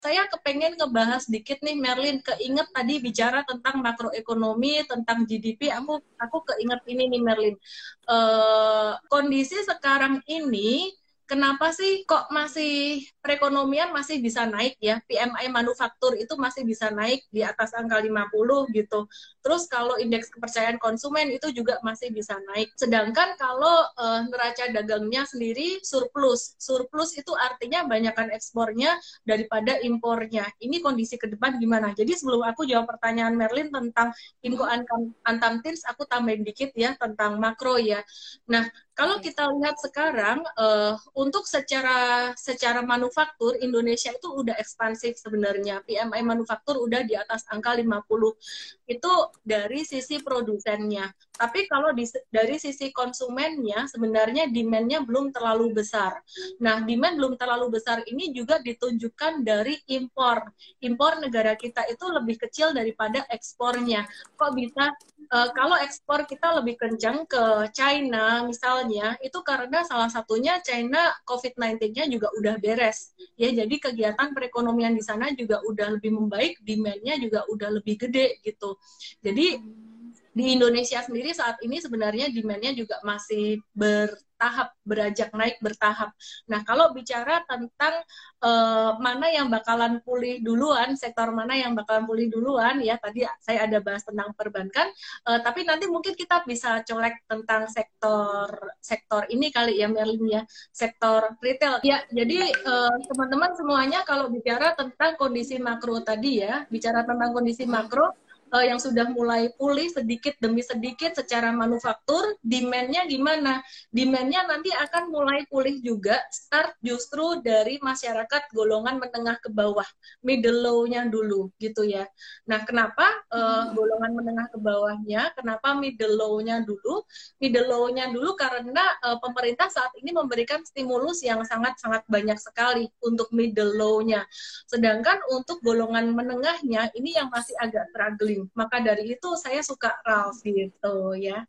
Saya kepengen ngebahas dikit nih, Merlin. Keinget tadi bicara tentang makroekonomi, tentang GDP. Mm-mm. Aku keinget ini nih, Merlin. Kondisi sekarang ini, kenapa sih kok masih perekonomian masih bisa naik ya? PMI manufaktur itu masih bisa naik di atas angka 50 gitu. Terus kalau indeks kepercayaan konsumen itu juga masih bisa naik. Sedangkan kalau neraca dagangnya sendiri surplus. Surplus itu artinya banyakkan ekspornya daripada impornya. Ini kondisi ke depan gimana? Jadi sebelum aku jawab pertanyaan Merlin tentang Inko Mm-mm. Antam Tins, aku tambahin dikit ya tentang makro ya. Nah, kalau Oke. kita lihat sekarang, untuk secara manufaktur Indonesia itu udah ekspansif sebenarnya. PMI manufaktur udah di atas angka 50. Itu dari sisi produsennya. Tapi kalau dari sisi konsumennya sebenarnya demand-nya belum terlalu besar. Nah, demand belum terlalu besar ini juga ditunjukkan dari impor. Impor negara kita itu lebih kecil daripada ekspornya. Kok bisa kalau ekspor kita lebih kencang ke China misalnya, itu karena salah satunya China COVID-19-nya juga udah beres. Ya, jadi kegiatan perekonomian di sana juga udah lebih membaik, demand-nya juga udah lebih gede gitu. Jadi Hmm. di Indonesia sendiri saat ini sebenarnya demand-nya juga masih bertahap, beranjak naik bertahap. Nah, kalau bicara tentang mana yang bakalan pulih duluan, sektor mana yang bakalan pulih duluan, ya tadi saya ada bahas tentang perbankan, tapi nanti mungkin kita bisa colek tentang sektor sektor ini kali ya, Merlin ya, sektor retail. Ya, jadi teman-teman semuanya kalau bicara tentang kondisi makro tadi ya, bicara tentang kondisi Mm-mm. makro, yang sudah mulai pulih sedikit demi sedikit secara manufaktur, demand-nya gimana? Demand-nya nanti akan mulai pulih juga, start justru dari masyarakat golongan menengah ke bawah, middle low-nya dulu gitu ya. Nah, kenapa Mm-mm. golongan menengah ke bawahnya? Kenapa middle low-nya dulu? Middle low-nya dulu karena pemerintah saat ini memberikan stimulus yang sangat-sangat banyak sekali untuk middle low-nya. Sedangkan untuk golongan menengahnya ini yang masih agak struggling. Maka dari itu saya suka Ralph gitu ya.